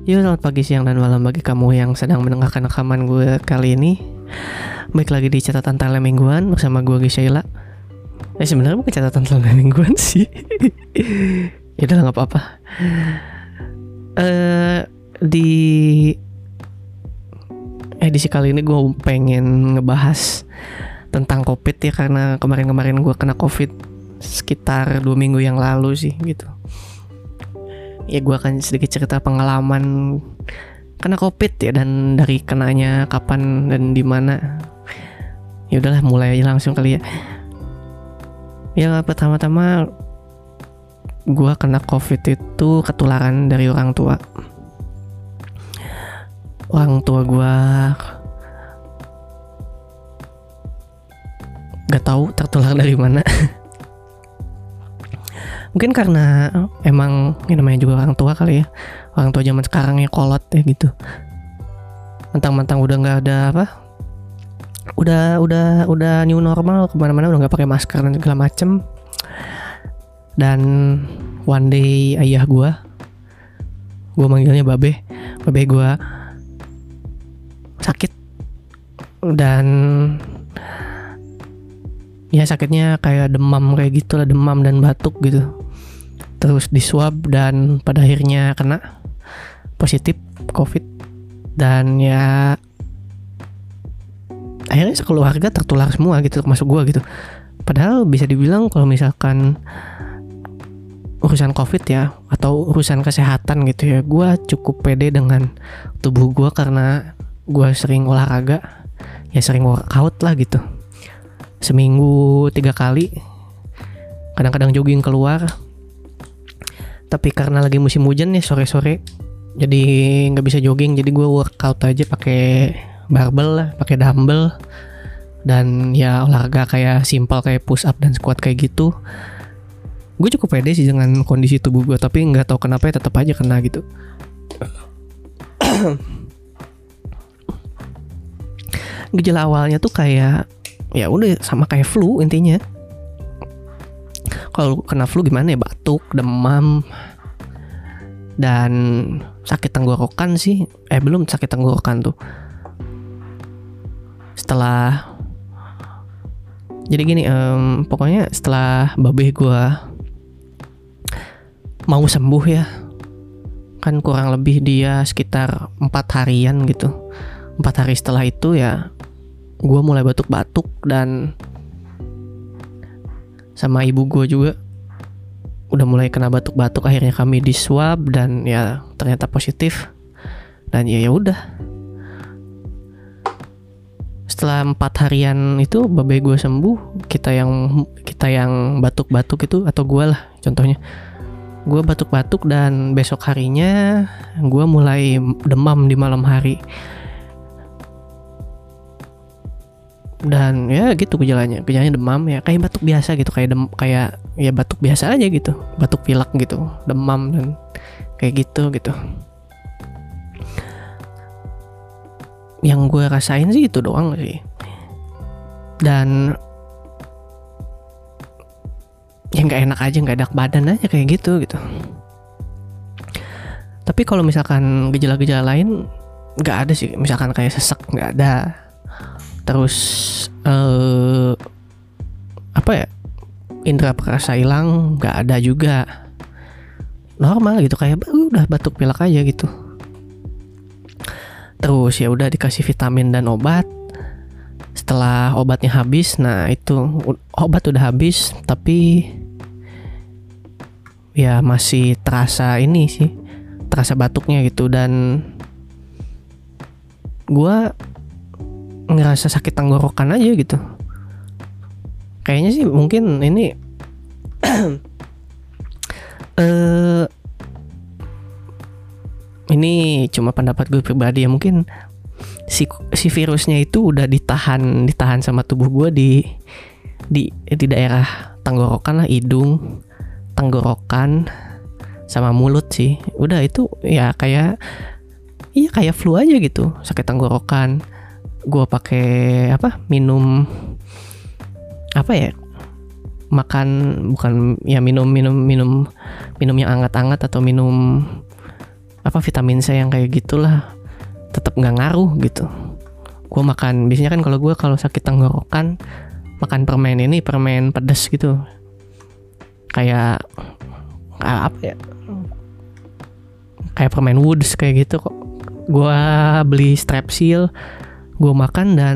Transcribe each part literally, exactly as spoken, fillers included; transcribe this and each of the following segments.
Yo, selamat pagi, siang, dan malam bagi kamu yang sedang mendengarkan rekaman gue kali ini. Baik lagi di catatan tele mingguan bersama gue Gisela. Eh sebenarnya bukan catatan tele mingguan sih. Ya udah nggak apa-apa. Eh di edisi kali ini gue pengen ngebahas tentang COVID ya, karena kemarin-kemarin gue kena COVID sekitar dua minggu yang lalu sih gitu. Ya gue akan sedikit cerita pengalaman kena COVID ya, dan dari kenanya kapan dan di mana. Ya udahlah, mulai aja langsung kali ya. Ya pertama-tama gue kena COVID itu ketularan dari orang tua. Orang tua gue gak tahu tertular dari mana. Mungkin karena emang ini namanya juga orang tua kali ya. Orang tua zaman sekarang ya kolot ya gitu. Mentang-mentang udah nggak ada apa, udah udah udah new normal, kemana-mana udah nggak pakai masker dan segala macem. Dan one day ayah gue, gue manggilnya babe, babe gue sakit. Dan ya sakitnya kayak demam kayak gitu lah, demam dan batuk gitu. Terus di swab dan pada akhirnya kena positif COVID. Dan ya akhirnya sekeluarga tertular semua gitu, termasuk gue gitu. Padahal bisa dibilang kalau misalkan urusan COVID ya, atau urusan kesehatan gitu ya, gue cukup pede dengan tubuh gue karena gue sering olahraga, ya sering workout lah gitu. Seminggu tiga kali, kadang-kadang jogging keluar. Tapi karena lagi musim hujan ya sore-sore, jadi nggak bisa jogging, jadi gue workout aja pakai barbel lah, pakai dumbbell, dan ya olahraga kayak simple kayak push up dan squat kayak gitu. Gue cukup pede sih dengan kondisi tubuh gue, tapi nggak tahu kenapa ya tetap aja kena gitu. Gejala awalnya tuh kayak ya udah sama kayak flu intinya. Kalau kena flu gimana ya, batuk, demam, dan sakit tenggorokan sih. Eh belum sakit tenggorokan tuh. Setelah jadi gini, um, pokoknya setelah babe gue mau sembuh ya, kan kurang lebih dia sekitar empat harian gitu. Empat hari setelah itu ya gue mulai batuk-batuk, dan sama ibu gue juga udah mulai kena batuk-batuk. Akhirnya kami di swab dan ya ternyata positif. Dan ya ya udah. Setelah empat harian itu babe gue sembuh, kita yang kita yang batuk-batuk itu, atau gue lah contohnya, gue batuk-batuk dan besok harinya gue mulai demam di malam hari. Dan ya gitu gejalanya, gejalanya demam ya kayak batuk biasa gitu, kayak dem kayak ya batuk biasa aja gitu, batuk pilek gitu, demam dan kayak gitu gitu. Yang gue rasain sih itu doang sih. Dan ya nggak enak aja, nggak enak badan aja kayak gitu gitu. Tapi kalau misalkan gejala-gejala lain nggak ada sih, misalkan kayak sesek nggak ada. Terus eh, apa ya, indera perasa hilang nggak ada juga, normal gitu, kayak udah batuk pilek aja gitu. Terus ya udah dikasih vitamin dan obat. Setelah obatnya habis, nah itu obat udah habis, tapi ya masih terasa ini sih, terasa batuknya gitu. Dan gue ngerasa sakit tenggorokan aja gitu. Kayaknya sih mungkin ini uh, ini cuma pendapat gue pribadi ya, mungkin si si virusnya itu udah ditahan ditahan sama tubuh gue di di di daerah tenggorokan lah, hidung, tenggorokan, sama mulut sih. Udah itu ya kayak iya kayak flu aja gitu, sakit tenggorokan. Gue pakai apa, minum apa ya, makan bukan ya minum minum minum minum yang hangat-hangat atau minum apa vitamin C yang kayak gitulah tetap nggak ngaruh gitu. Gue makan biasanya kan kalau gue kalau sakit tenggorokan makan permen ini permen pedas gitu, kayak apa ya, kayak permen Woods kayak gitu kok. Gue beli Strepsil, gue makan dan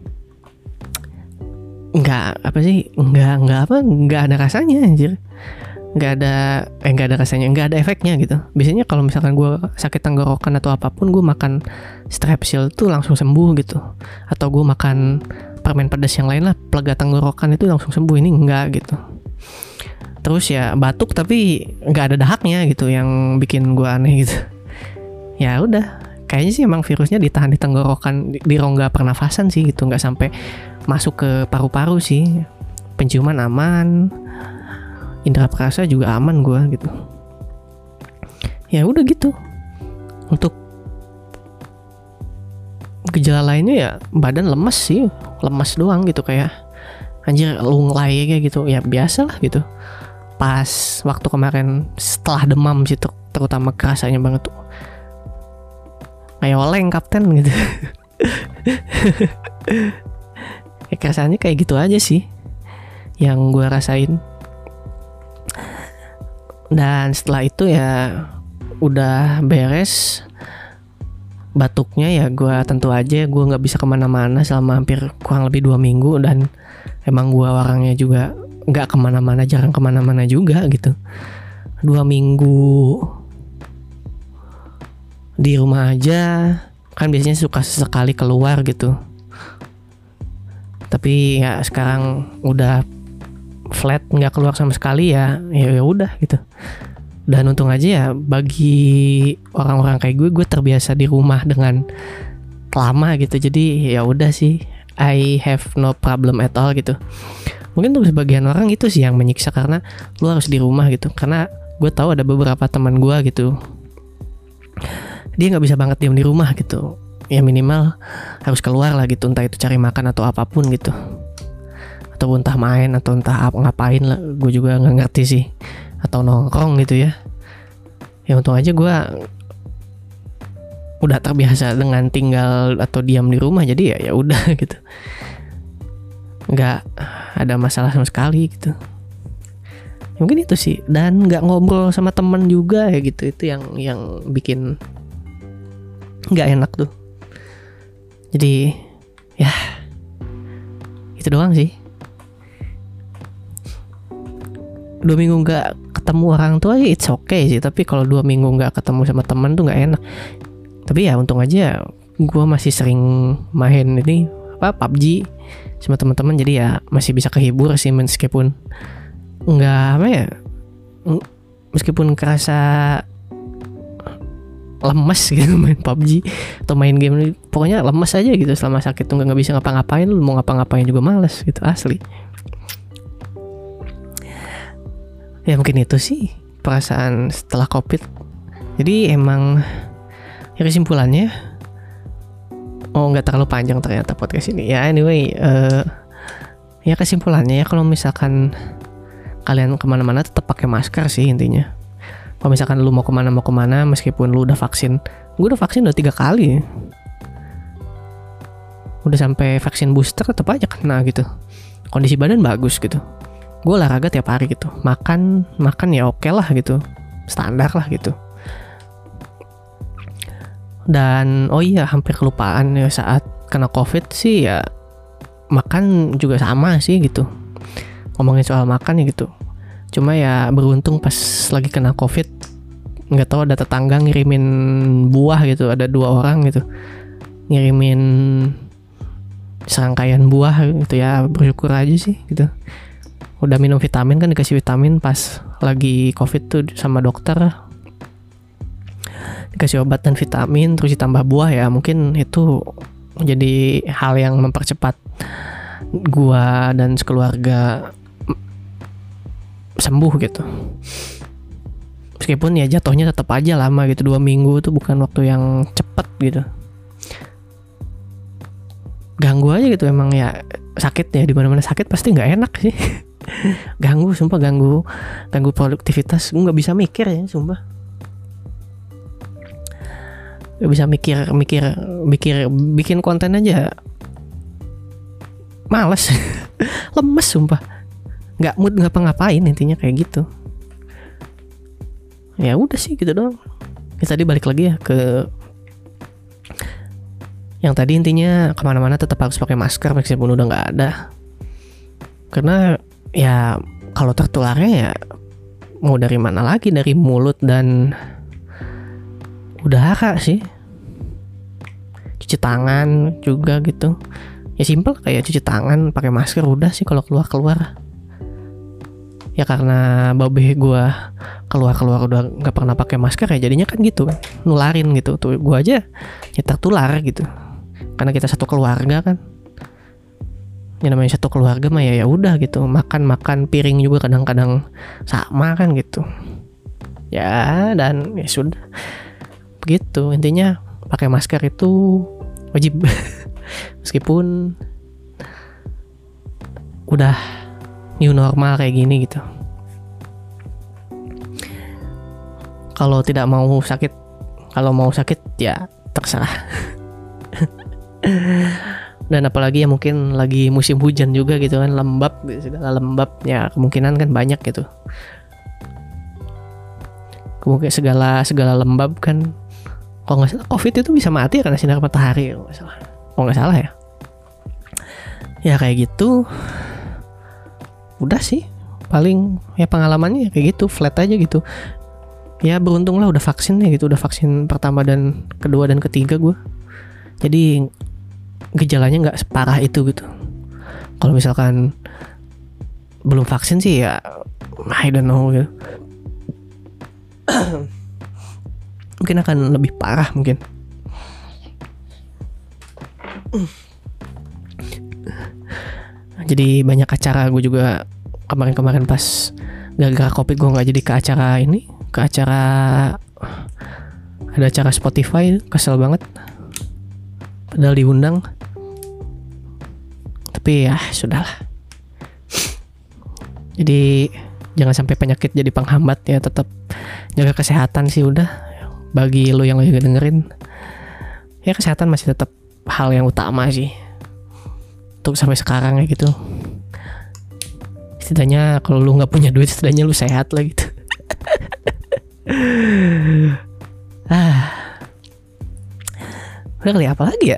nggak apa sih nggak nggak apa nggak ada rasanya anjir, nggak ada eh nggak ada rasanya nggak ada efeknya gitu. Biasanya kalau misalkan gue sakit tenggorokan atau apapun gue makan Strepsil tuh langsung sembuh gitu, atau gue makan permen pedas yang lain lah pelega tenggorokan itu langsung sembuh. Ini enggak gitu. Terus ya batuk tapi nggak ada dahaknya gitu yang bikin gue aneh gitu. Ya udah, kayaknya sih emang virusnya ditahan di tenggorokan, di, di rongga pernafasan sih gitu, nggak sampai masuk ke paru-paru sih. Penciuman aman, indera perasa juga aman gue gitu. Ya udah gitu. Untuk gejala lainnya ya badan lemes sih, lemes doang gitu, kayak anjir lunglai kayak gitu. Ya biasa lah gitu. Pas waktu kemarin setelah demam sih ter- terutama kerasanya banget tuh. Kayak oleng kapten gitu. Ya kerasanya kayak gitu aja sih yang gue rasain. Dan setelah itu ya udah beres batuknya, ya gue tentu aja gue nggak bisa kemana-mana selama hampir kurang lebih dua minggu. Dan emang gue orangnya juga nggak kemana-mana, jarang kemana-mana juga gitu. Dua minggu di rumah aja, kan biasanya suka sesekali keluar gitu. Tapi ya sekarang udah flat, nggak keluar sama sekali ya. Ya udah gitu. Dan untung aja ya bagi orang-orang kayak gue, gue terbiasa di rumah dengan lama gitu. Jadi ya udah sih, I have no problem at all gitu. Mungkin untuk sebagian orang itu sih yang menyiksa karena lu harus di rumah gitu. Karena gue tahu ada beberapa teman gue gitu, dia nggak bisa banget diam di rumah gitu. Ya minimal harus keluar lah gitu, entah itu cari makan atau apapun gitu, atau entah main atau entah apa ngapain lah, gue juga nggak ngerti sih, atau nongkrong gitu ya. Ya untung aja gue udah terbiasa dengan tinggal atau diam di rumah, jadi ya ya udah gitu, nggak ada masalah sama sekali gitu. Ya, mungkin itu sih. Dan nggak ngobrol sama teman juga ya gitu, itu yang yang bikin nggak enak tuh. Jadi ya itu doang sih. Dua minggu nggak ketemu orang tua ya it's okay sih, tapi kalau dua minggu nggak ketemu sama teman tuh nggak enak. Tapi ya untung aja gue masih sering main ini apa P U B G sama teman-teman, jadi ya masih bisa kehibur sih, meskipun nggak apa ya, meskipun kerasa lemes gitu main P U B G atau main game, pokoknya lemes aja gitu selama sakit tuh, nggak bisa ngapa-ngapain. Lu mau ngapa-ngapain juga males gitu asli. Ya mungkin itu sih perasaan setelah COVID. Jadi emang ya kesimpulannya, oh nggak terlalu panjang ternyata podcast ini ya. Anyway, uh, ya kesimpulannya ya kalau misalkan kalian kemana-mana tetap pakai masker sih intinya. Kalau misalkan lu mau kemana mau kemana meskipun lu udah vaksin, gue udah vaksin udah tiga kali, udah sampai vaksin booster tetap aja kena gitu. Kondisi badan bagus gitu, gue olahraga tiap hari gitu, makan makan ya oke lah gitu, standar lah gitu. Dan oh iya hampir kelupaan ya, saat kena COVID sih ya makan juga sama sih gitu. Ngomongin soal makan ya gitu, cuma ya beruntung pas lagi kena COVID, nggak tahu ada tetangga ngirimin buah gitu, ada dua orang gitu ngirimin serangkaian buah gitu ya, bersyukur aja sih gitu. Udah minum vitamin kan, dikasih vitamin pas lagi COVID tuh sama dokter, dikasih obat dan vitamin terus ditambah buah, ya mungkin itu jadi hal yang mempercepat gua dan sekeluarga sembuh gitu. Meskipun ya jatuhnya tetap aja lama gitu, dua minggu tuh bukan waktu yang cepet gitu. Ganggu aja gitu emang ya, sakit ya, di mana-mana sakit pasti nggak enak sih. Ganggu, sumpah ganggu, ganggu produktivitas. Gue nggak bisa mikir ya, sumpah. Gak bisa mikir mikir mikir bikin konten aja males. Lemes sumpah, nggak mood ngapa-ngapain, intinya kayak gitu. Ya udah sih gitu doang. Ya, tadi balik lagi ya ke yang tadi, intinya kemana-mana tetap harus pakai masker meskipun udah nggak ada. Karena ya kalau tertularnya ya mau dari mana lagi, dari mulut dan udara sih. Cuci tangan juga gitu. Ya simpel kayak cuci tangan, pakai masker, udah sih kalau keluar-keluar. Ya karena babe gue keluar-keluar udah nggak pernah pakai masker ya jadinya kan gitu, nularin gitu. Tuh gue aja ya tertular gitu. Karena kita satu keluarga kan. Ya namanya satu keluarga mah ya ya udah gitu. Makan-makan piring juga kadang-kadang sama kan gitu. Ya dan ya sudah. Begitu intinya, pakai masker itu wajib. Meskipun udah new normal kayak gini gitu. Kalau tidak mau sakit, kalau mau sakit ya terserah. Dan apalagi ya mungkin lagi musim hujan juga gitu kan, lembab gitu, segala lembab ya kemungkinan kan banyak gitu. Kemungkinan segala segala lembab kan, kalau nggak salah COVID itu bisa mati karena sinar matahari, kalau nggak salah. Kalau nggak salah ya. Ya kayak gitu. Udah sih, paling ya pengalamannya kayak gitu, flat aja gitu. Ya beruntung lah udah vaksin ya gitu, udah vaksin pertama dan kedua dan ketiga gue. Jadi gejalanya nggak separah itu gitu. Kalau misalkan belum vaksin sih ya I don't know gitu. Mungkin akan lebih parah mungkin. Jadi banyak acara gue juga kemarin-kemarin pas gara-gara COVID gue nggak jadi ke acara ini, ke acara ada acara Spotify, kesel banget. Padahal diundang. Tapi ya sudahlah. Jadi jangan sampai penyakit jadi penghambat ya, tetap jaga kesehatan sih udah. Bagi lo yang lagi dengerin, ya kesehatan masih tetap hal yang utama sih. Untuk sampai sekarang ya gitu. Setidaknya kalau lu nggak punya duit, setidaknya lu sehat lah gitu. Ah, udah kali apa lagi ya?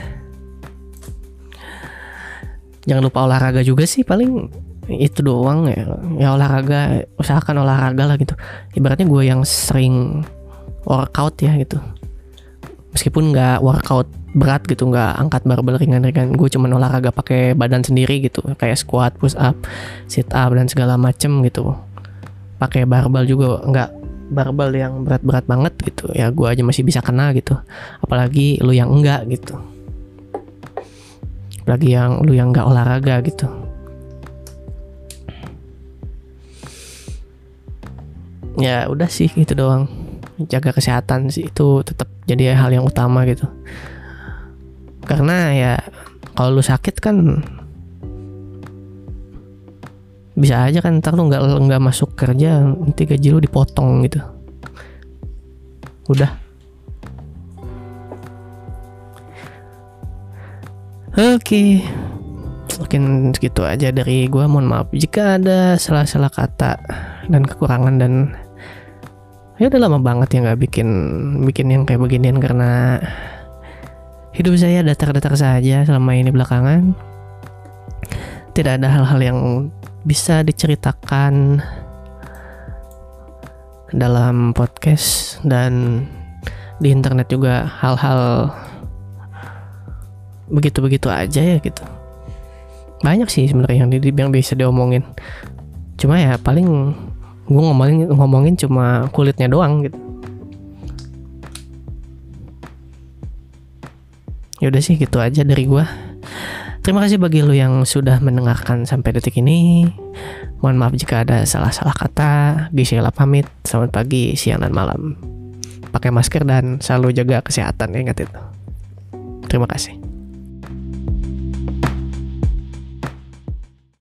Jangan lupa olahraga juga sih, paling itu doang ya. Ya olahraga, usahakan olahraga lah gitu. Ibaratnya gue yang sering workout ya gitu. Meskipun nggak workout berat gitu, nggak angkat barbel ringan-ringan, gue cuman olahraga pakai badan sendiri gitu, kayak squat, push up, sit up dan segala macem gitu. Pakai barbel juga, nggak barbel yang berat-berat banget gitu. Ya gue aja masih bisa kena gitu. Apalagi lu yang enggak gitu. Apalagi yang lu yang nggak olahraga gitu. Ya udah sih gitu doang. Jaga kesehatan sih itu tetap jadi hal yang utama gitu. Karena ya kalau lu sakit kan bisa aja kan ntar lu nggak nggak masuk kerja, nanti gaji lu dipotong gitu. Udah. Oke, mungkin segitu aja dari gua. Mohon maaf jika ada salah-salah kata dan kekurangan, dan ya udah lama banget ya nggak bikin bikin yang kayak beginian karena hidup saya datar-datar saja selama ini belakangan. Tidak ada hal-hal yang bisa diceritakan dalam podcast, dan di internet juga hal-hal begitu-begitu aja ya gitu. Banyak sih sebenarnya yang, di, yang bisa diomongin. Cuma ya paling gue ngomongin ngomongin cuma kulitnya doang gitu. Ya udah sih gitu aja dari gue. Terima kasih bagi lo yang sudah mendengarkan sampai detik ini. Mohon maaf jika ada salah-salah kata. Gisela pamit. Selamat pagi, siang dan malam. Pakai masker dan selalu jaga kesehatan, ingat itu. Terima kasih.